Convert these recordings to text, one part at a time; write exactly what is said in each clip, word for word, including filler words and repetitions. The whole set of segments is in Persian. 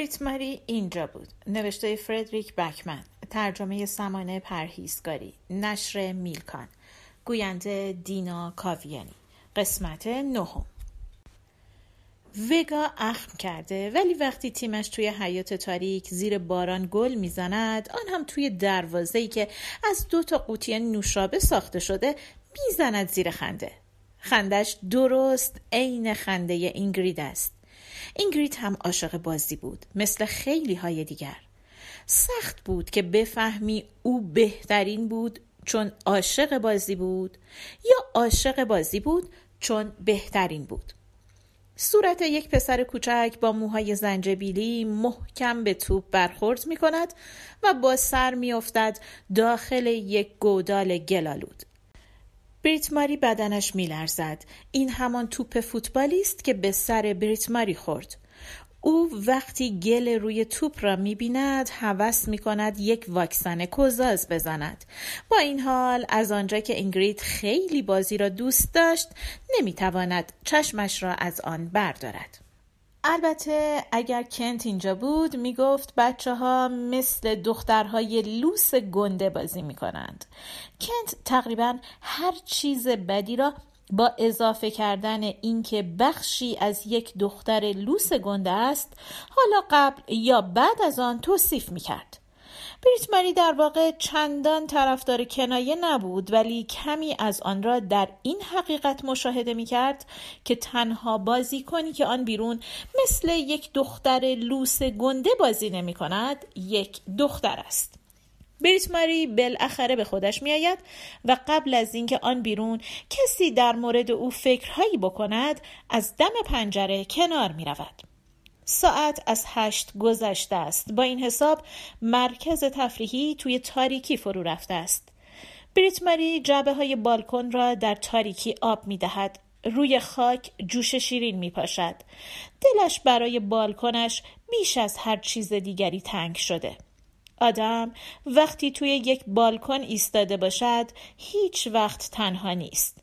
بریت ماری اینجا بود. نوشته فردریک بکمن، ترجمه سمانه پرهیزگاری، نشر میلکان، گوینده دینا کاویانی. قسمت نهم. وگا اخم کرده، ولی وقتی تیمش توی حیاط تاریک زیر باران گل میزند، آن هم توی دروازه‌ای که از دو تا قوطی نوشابه ساخته شده، میزند زیر خنده. خندش درست عین خنده اینگرید است. اینگرید هم عاشق بازی بود، مثل خیلی های دیگر. سخت بود که بفهمی او بهترین بود چون عاشق بازی بود یا عاشق بازی بود چون بهترین بود. صورت یک پسر کوچک با موهای زنجبیلی محکم به توپ برخورد می کند و با سر می افتد داخل یک گودال گلالود. بریت ماری بدنش می لرزد. این همان توپ فوتبالی است که به سر بریت ماری خورد. او وقتی گل روی توپ را می بیند هوس می کند یک واکسن کوزاز بزند. با این حال از آنجا که اینگرید خیلی بازی را دوست داشت نمی تواند چشمش را از آن بردارد. البته اگر کنت اینجا بود می گفت بچه ها مثل دخترهای لوس گنده بازی می کنند. کنت تقریبا هر چیز بدی را با اضافه کردن اینکه بخشی از یک دختر لوس گنده است حالا قبل یا بعد از آن توصیف می کرد. بریت ماری در واقع چندان طرفدار کنایه نبود، ولی کمی از آن را در این حقیقت مشاهده می کرد که تنها بازیکنی که آن بیرون مثل یک دختر لوس گنده بازی نمی کند یک دختر است. بریت ماری بالاخره به خودش می آید و قبل از اینکه آن بیرون کسی در مورد او فکرهایی بکند از دم پنجره کنار می رود. ساعت از هشت گذشته است. با این حساب مرکز تفریحی توی تاریکی فرو رفته است. بریت ماری جعبه های بالکن را در تاریکی آب می دهد. روی خاک جوش شیرین می پاشد. دلش برای بالکنش بیش از هر چیز دیگری تنگ شده. آدم وقتی توی یک بالکن ایستاده باشد هیچ وقت تنها نیست.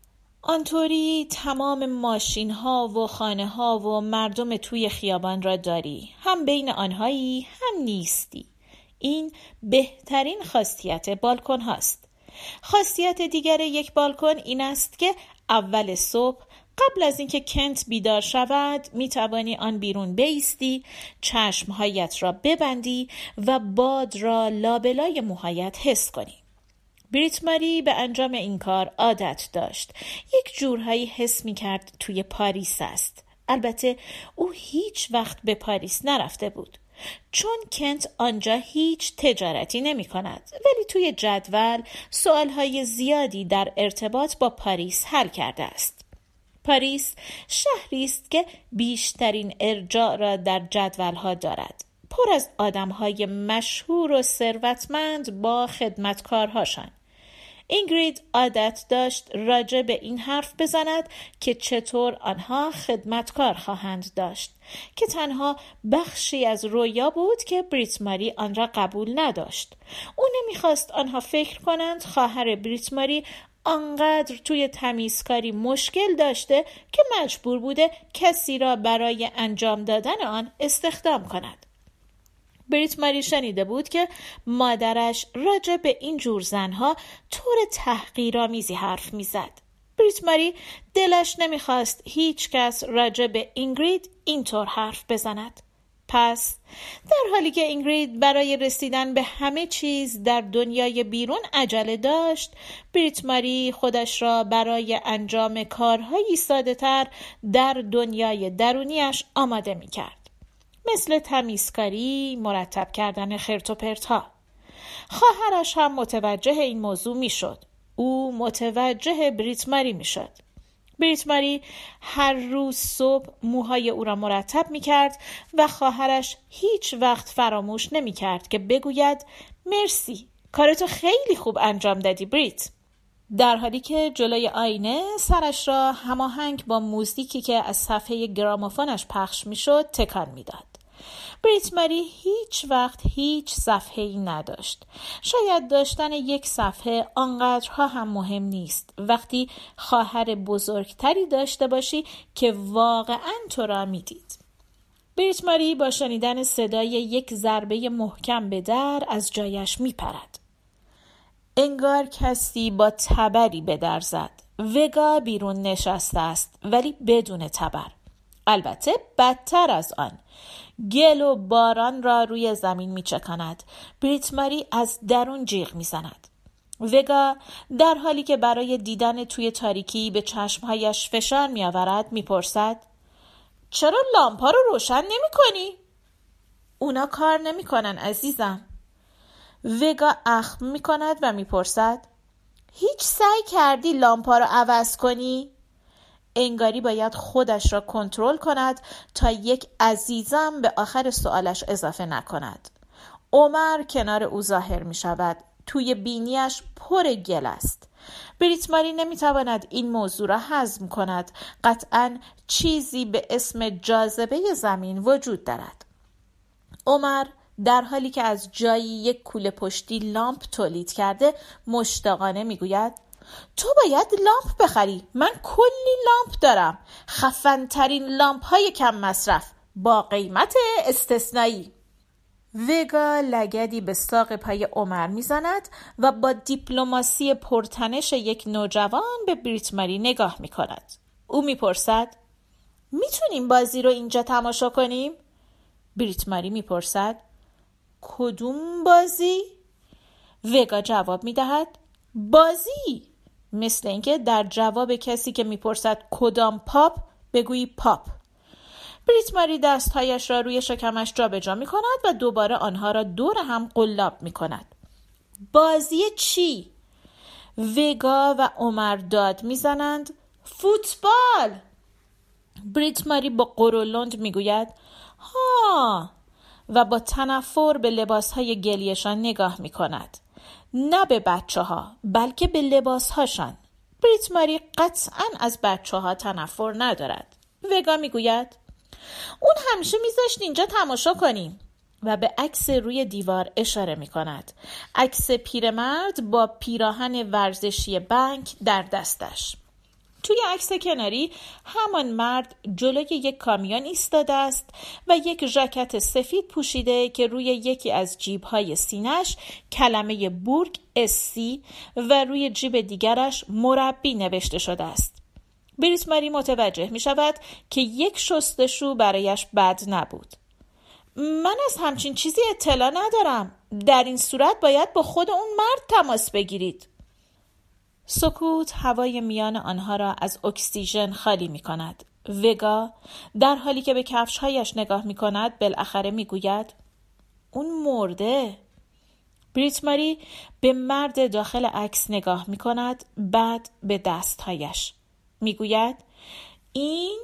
آنطوری تمام ماشین ها و خانه ها و مردم توی خیابان را داری. هم بین آنهایی هم نیستی. این بهترین خاصیت بالکن هاست. خاصیت دیگر یک بالکن این است که اول صبح قبل از اینکه کنت بیدار شود می توانی آن بیرون بایستی، چشمهایت را ببندی و باد را لابلای موهایت حس کنی. بریت ماری به انجام این کار عادت داشت. یک جورهایی حس می کرد توی پاریس است. البته او هیچ وقت به پاریس نرفته بود، چون کنت آنجا هیچ تجارتی نمی کند، ولی توی جدول سوالهای زیادی در ارتباط با پاریس حل کرده است. پاریس شهری است که بیشترین ارجاع را در جدولها دارد، پر از آدمهای مشهور و ثروتمند با خدمتکارهاشان. اینگرید عادت داشت راجع به این حرف بزند که چطور آنها خدمتکار خواهند داشت، که تنها بخشی از رویا بود که بریت ماری آن را قبول نداشت. او نمیخواست آنها فکر کنند خواهر بریت ماری آنقدر توی تمیزکاری مشکل داشته که مجبور بوده کسی را برای انجام دادن آن استخدام کند. بریت ماری شنیده بود که مادرش راجع به این جور زنها طور تحقیرآمیزی حرف میزد. بریت ماری دلش نمیخواست هیچ کس راجع به اینگرید اینطور حرف بزند. پس در حالی که اینگرید برای رسیدن به همه چیز در دنیای بیرون عجله داشت، بریت ماری خودش را برای انجام کارهایی ساده تر در دنیای درونیش آماده می کرد. مثل تمیزکاری، مرتب کردن خرت و پرت ها. خواهرش هم متوجه این موضوع می شد. او متوجه بریت ماری می شد. بریت ماری هر روز صبح موهای او را مرتب می کرد و خواهرش هیچ وقت فراموش نمی کرد که بگوید مرسی، کارتو خیلی خوب انجام دادی بریت، در حالی که جلوی آینه سرش را هماهنگ با موزیکی که از صفحه گرامافونش پخش می شد تکان می داد. بریت ماری هیچ وقت هیچ صفحه‌ای نداشت. شاید داشتن یک صفحه آنقدرها هم مهم نیست وقتی خواهر بزرگتری داشته باشی که واقعاً تو را می‌دید. بریت ماری با شنیدن صدای یک ضربه محکم به در از جایش میپرد. انگار کسی با تبری به در زد. وگا بیرون نشسته است ولی بدون تبر. البته بدتر از آن. گل و باران را روی زمین میچکاند. بریت ماری از درون جیغ میزند. وگا در حالی که برای دیدن توی تاریکی به چشمهایش فشار میآورد میپرسد چرا لامپا رو روشن نمی کنی؟ اونا کار نمی کنن عزیزم. وگا اخم می کند و می پرسد هیچ سعی کردی لامپا رو عوض کنی؟ انگاری باید خودش را کنترل کند تا یک عزیزم به آخر سوالش اضافه نکند. عمر کنار او ظاهر می شود. توی بینیش پر گل است. بریت ماری نمیتواند این موضوع را هضم کند. قطعاً چیزی به اسم جاذبه زمین وجود دارد. عمر در حالی که از جایی یک کوله پشتی لامپ تولید کرده مشتاقانه میگوید تو باید لامپ بخری. من کلی لامپ دارم. خفن‌ترین لامپ های کم مصرف با قیمت استثنایی. وگا لگدی به ساق پای عمر میزند و با دیپلماسی پرتنش یک نوجوان به بریت ماری نگاه میکند. او میپرسد میتونیم بازی رو اینجا تماشا کنیم؟ بریت ماری میپرسد کدوم بازی؟ وگا جواب میدهد بازی. مثل اینکه در جواب کسی که میپرسد کدام پاپ بگویی پاپ. بریت ماری دستهایش را روی شکمش جا به جا می کند و دوباره آنها را دور هم قلاب می کند. بازی چی؟ وگا و عمر داد می زنند فوتبال. بریت ماری با قرولند می گوید ها و با تنفر به لباسهای گلیشان نگاه می کند. نه به بچه ها بلکه به لباس هاشان. بریت ماری قطعاً از بچه ها تنفر ندارد. وگا می گوید اون همیشه میذاشت اینجا تماشا کنیم و به عکس روی دیوار اشاره میکند. عکس پیرمرد با پیراهن ورزشی بانک در دستش. توی عکس کناری همان مرد جلوی یک کامیون ایستاده است و یک ژاکت سفید پوشیده که روی یکی از جیب‌های سینه‌اش کلمه بورگ اسی و روی جیب دیگرش مربی نوشته شده است. بریت ماری متوجه می شود که یک شستشو برایش بد نبود. من از همچین چیزی اطلاع ندارم. در این صورت باید با خود اون مرد تماس بگیرید. سکوت هوای میان آنها را از اکسیژن خالی می کند. وگا در حالی که به کفشهایش نگاه می کند بالاخره می گوید اون مرده. بریت ماری به مرد داخل عکس نگاه می کند، بعد به دستهایش. میگوید این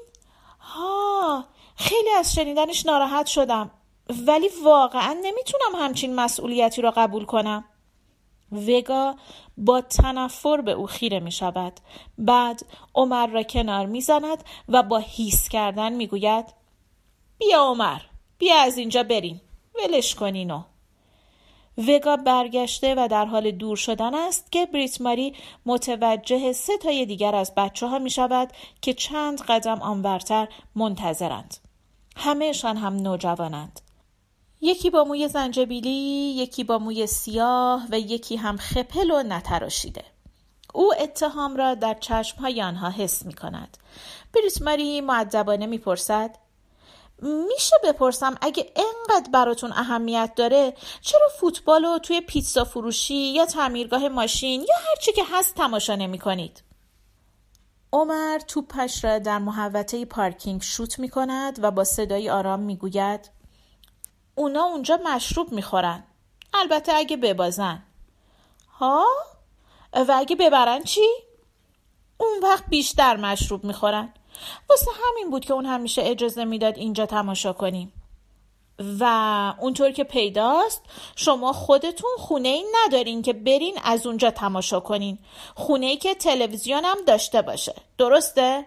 ها خیلی از شنیدنش ناراحت شدم ولی واقعا نمیتونم همچین مسئولیتی را قبول کنم. وگا با تنفر به او خیره می شود. بعد عمر را کنار می زند و با هیس کردن می گوید بیا عمر بیا از اینجا بریم ولش کنینو. وگا برگشته و در حال دور شدن است که بریت ماری متوجه سه تای دیگر از بچه ها می شود که چند قدم آنورتر منتظرند. همهشان هم نوجوانند. یکی با موی زنجبیلی، یکی با موی سیاه و یکی هم خپل و نتراشیده. او اتهام را در چشمهای آنها حس می کند. بریت ماری مؤدبانه می پرسد میشه بپرسم اگه انقدر براتون اهمیت داره چرا فوتبال رو توی پیتزا فروشی یا تعمیرگاه ماشین یا هر چی که هست تماشا نمی کنید؟ عمر توپش را در محوطه پارکینگ شوت می کند و با صدای آرام می گوید اونا اونجا مشروب می خورن. البته اگه ببازن. ها؟ و اگه ببرن چی؟ اون وقت بیشتر مشروب می خورن. واسه همین بود که اون همیشه اجازه میداد اینجا تماشا کنیم. و اونطور که پیداست شما خودتون خونه‌ای ندارین که برین از اونجا تماشا کنین. خونه‌ای که تلویزیون هم داشته باشه. درسته؟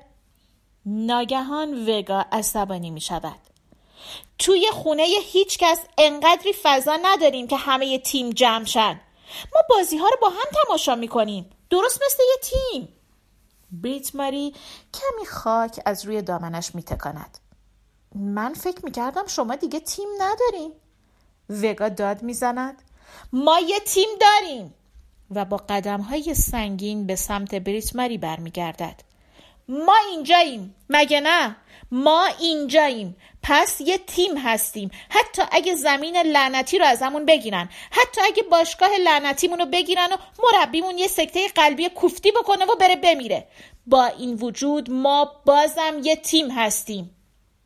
ناگهان وگا عصبانی می شود. توی خونه هیچ کس انقدری فضا نداریم که همه تیم جمع شن. ما بازی ها رو با هم تماشا می کنیم. درست مثل یه تیم. بریت ماری کمی خاک از روی دامنش می تکاند. من فکر میکردم شما دیگه تیم ندارین. وگا داد میزند ما یه تیم داریم و با قدم‌های سنگین به سمت بریت ماری برمیگردد. ما اینجاییم، مگه نه؟ ما اینجاییم، پس یه تیم هستیم. حتی اگه زمین لعنتی رو ازمون بگیرن، حتی اگه باشگاه لعنتیمون رو بگیرن و مربیمون یه سکته قلبی کوفتی بکنه و بره بمیره، با این وجود ما بازم یه تیم هستیم.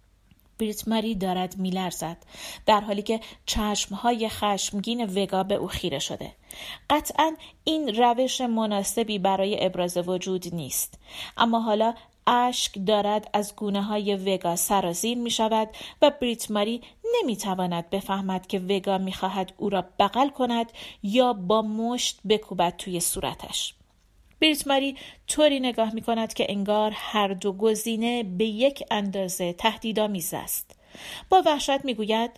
بریت ماری دارد میلرزد در حالی که چشمهای خشمگین وگا به او خیره شده. قطعاً این روش مناسبی برای ابراز وجود نیست، اما حالا اشک دارد از گونه های وگا سرازیر می شود و بریت ماری نمی تواند بفهمد که وگا می خواهد او را بغل کند یا با مشت بکوبد توی صورتش. بریت ماری طوری نگاه می کند که انگار هر دو گزینه به یک اندازه تهدیدآمیز است. با وحشت می گوید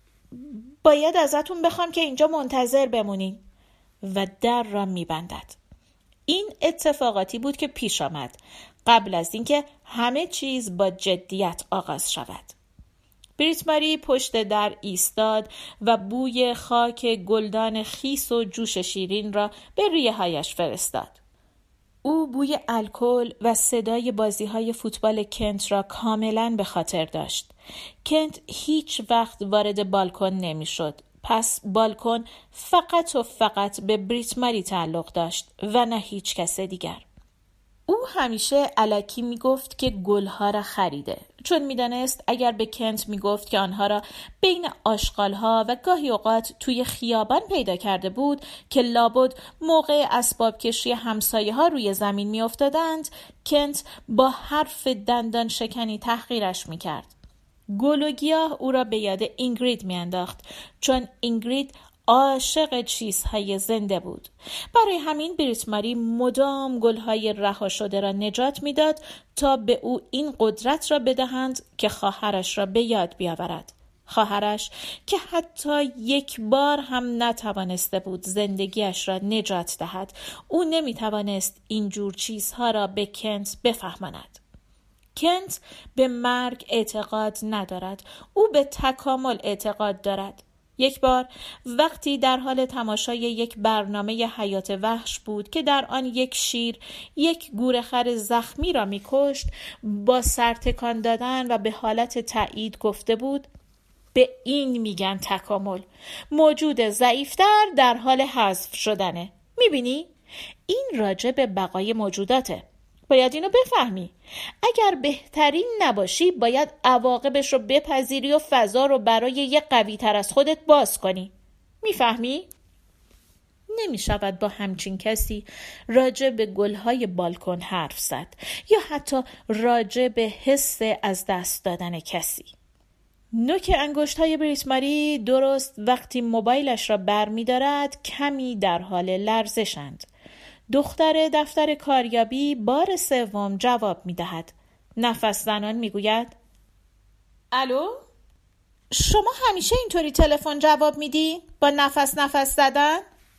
باید ازتون بخوام که اینجا منتظر بمونین و در را می بندد. این اتفاقاتی بود که پیش آمد قبل از اینکه همه چیز با جدیت آغاز شود. بریت ماری پشت در ایستاد و بوی خاک گلدان خیس و جوش شیرین را به ریه هایش فرستاد. او بوی الکل و صدای بازی‌های فوتبال کنت را کاملاً به خاطر داشت. کنت هیچ وقت وارد بالکن نمی‌شد، پس بالکن فقط و فقط به بریت ماری تعلق داشت و نه هیچ کس دیگر. او همیشه الکی میگفت که گلها را خریده، چون میدانست اگر به کنت میگفت که آنها را بین آشغالها و گاهی اوقات توی خیابان پیدا کرده بود که لابد موقع اسباب کشی همسایه ها روی زمین میافتادند، کنت با حرف دندان شکنی تحقیرش میکرد. گل و گیاه او را به یاد اینگرید میانداخت، چون اینگرید عاشق چیزهای زنده بود. برای همین بریت ماری مدام گلهای رها شده را نجات میداد تا به او این قدرت را بدهند که خواهرش را به یاد بیاورد. خواهرش که حتی یک بار هم نتوانسته بود زندگیش را نجات دهد. او نمیتوانست اینجور چیزها را به کنت بفهماند. کنت به مرگ اعتقاد ندارد، او به تکامل اعتقاد دارد. یک بار وقتی در حال تماشای یک برنامه حیات وحش بود که در آن یک شیر یک گورخر زخمی را می‌کشت، با سر تکان دادن و به حالت تایید گفته بود به این میگن تکامل. موجود ضعیفتر در حال حذف شدنه. میبینی؟ این راجع به بقای موجوداته. باید اینو بفهمی. اگر بهترین نباشی باید عواقبش رو بپذیری و فضا رو برای یک قوی تر از خودت باز کنی. میفهمی؟ نمی شود با همچین کسی راجع به گلهای بالکن حرف زد یا حتی راجع به حس از دست دادن کسی. نوک انگشت‌های بریت ماری درست وقتی موبایلش را بر می دارد کمی در حال لرزشند. دختر دفتر کاریابی بار سوم جواب می دهد. نفس زنان می گوید الو؟ شما همیشه اینطوری تلفن جواب میدی؟ با نفس نفس زدن؟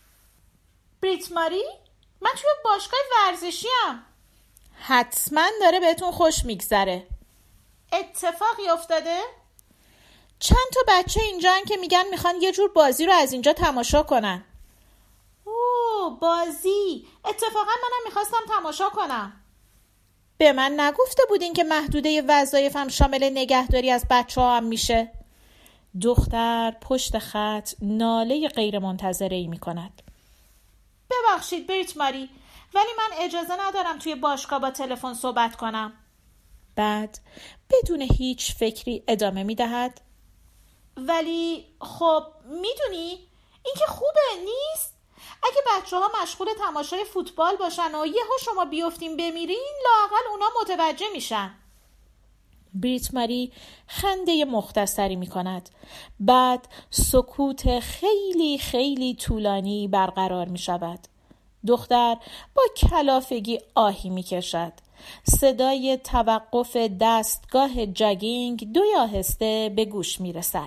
بریت ماری؟ من توی باشگاه ورزشی ام. حتما داره بهتون خوش میگذره. اتفاقی افتاده؟ چند تا بچه اینجان که میگن میخوان یه جور بازی رو از اینجا تماشا کنن. اوه بازی، اتفاقا منم میخواستم تماشا کنم. به من نگفته بودین که محدوده وظایفم شامل نگهداری از بچه ها هم میشه؟ دختر پشت خط ناله غیر منتظره ای میکند. ببخشید بریت ماری، ولی من اجازه ندارم توی باشگاه با تلفن صحبت کنم. بعد بدون هیچ فکری ادامه میدهد ولی خب میدونی این که خوبه نیست؟ اگه بچه ها مشغول تماشای فوتبال باشن و یهو شما بیفتین بمیرین، لااقل اونا متوجه میشن. بریت ماری خنده مختصری می کند. بعد سکوت خیلی خیلی طولانی برقرار می شود. دختر با کلافگی آهی می کشد. صدای توقف دستگاه جاگینگ دوی آهسته به گوش می رسد.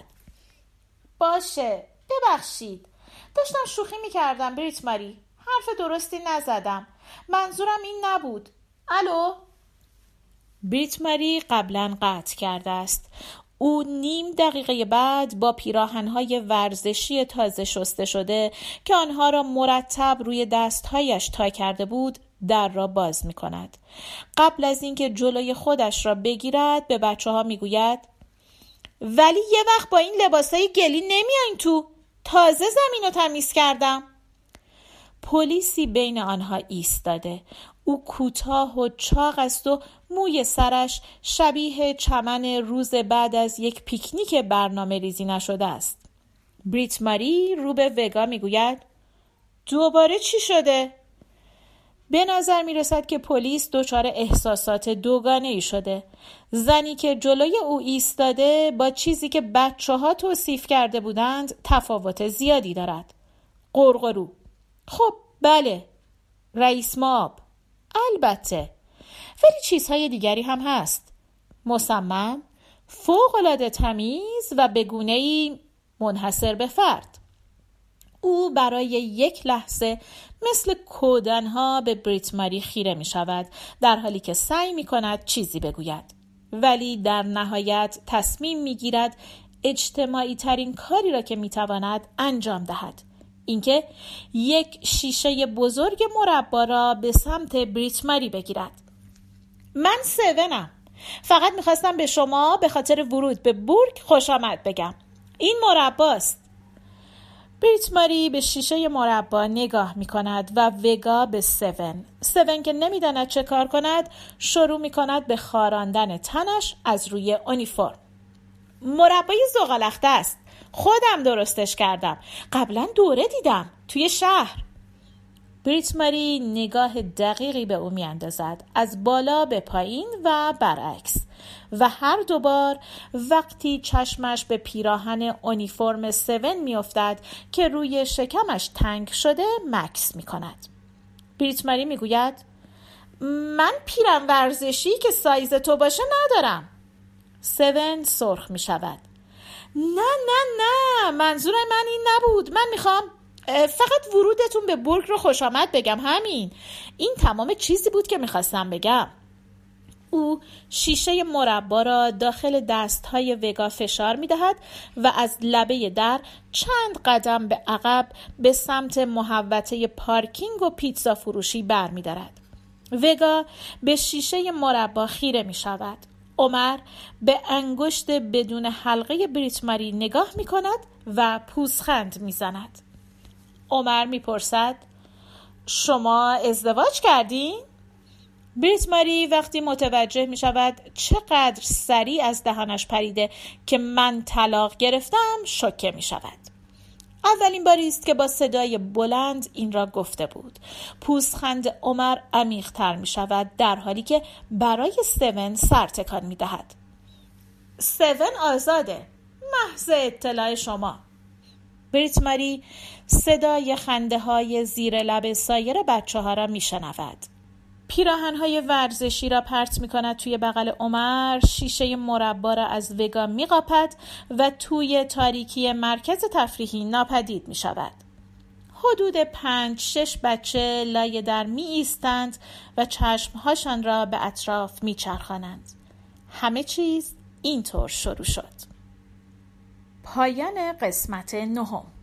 باشه، ببخشید. داشتم شوخی می کردم بریت ماری. حرف درستی نزدم. منظورم این نبود. الو؟ بریت ماری قبلا قطع کرده است. او نیم دقیقه بعد با پیراهن‌های ورزشی تازه شسته شده که آنها را مرتب روی دست‌هایش تا کرده بود در را باز می‌کند. قبل از اینکه جلوی خودش را بگیرد به بچه‌ها می‌گوید ولی یه وقت با این لباسای گلی نمیاین تو، تازه زمین رو تمیز کردم. پلیسی بین آنها ایستاده. او کوتاه و چاق است و موی سرش شبیه چمن روز بعد از یک پیکنیک برنامه ریزی نشده است. بریت ماری رو به وگا میگوید دوباره چی شده؟ به نظر می رسد که پلیس دچار احساسات دوگانه ای شده. زنی که جلوی او ایستاده با چیزی که بچه ها توصیف کرده بودند تفاوت زیادی دارد. قرقرو. خب بله. رئیس ماب. البته. ولی چیزهای دیگری هم هست. مصمم، فوق‌العاده تمیز و به گونه‌ای منحصر به فرد. او برای یک لحظه مثل کودنها به بریت ماری خیره می شود در حالی که سعی می کند چیزی بگوید، ولی در نهایت تصمیم می گیرد اجتماعی ترین کاری را که می تواند انجام دهد، اینکه یک شیشه بزرگ مربا را به سمت بریت ماری بگیرد. من سونم. فقط می خواستم به شما به خاطر ورود به بورگ خوش آمد بگم. این مرباست. بریت ماری به شیشه مربا نگاه می کند و وگا به سون. سون که نمی داند چه کار کند شروع می کند به خاراندن تنش از روی اونیفرم. مربای زغالخته است. خودم درستش کردم. قبلا دوره دیدم توی شهر. بریت ماری نگاه دقیقی به او می اندازد از بالا به پایین و برعکس و هر دوبار وقتی چشمش به پیراهن اونیفرم سون می افتد که روی شکمش تنگ شده مکث می کند. بریت ماری می گوید من پیرن ورزشی که سایز تو باشه ندارم. سون سرخ می شود. نه نه نه منظور من این نبود. من می خوام فقط ورودتون به بورگ رو خوش آمد بگم، همین. این تمام چیزی بود که میخواستم بگم. او شیشه مربا را داخل دستهای وگا فشار میدهد و از لبه در چند قدم به عقب به سمت محوطه پارکینگ و پیتزا فروشی بر میدارد. وگا به شیشه مربا خیره میشود. عمر به انگشت بدون حلقه بریت ماری نگاه میکند و پوزخند میزند. عمر میپرسد شما ازدواج کردین؟ بریت ماری وقتی متوجه می شود چقدر سریع از دهانش پریده که من طلاق گرفتم شوکه می شود. اولین باری است که با صدای بلند این را گفته بود. پوزخند عمر عمیق تر می شود در حالی که برای سون سر تکان می دهد. سون آزاده. محض اطلاع شما. بریت ماری صدای خنده های زیر لب سایر بچه ها را می شنود. پیراهن های ورزشی را پرت می کند توی بغل عمر، شیشه مربا را از وگا می قاپد و توی تاریکی مرکز تفریحی ناپدید می شود. حدود پنج شش بچه لای در می ایستند و چشمهاشان را به اطراف می چرخانند. همه چیز اینطور شروع شد. پایان قسمت نهم.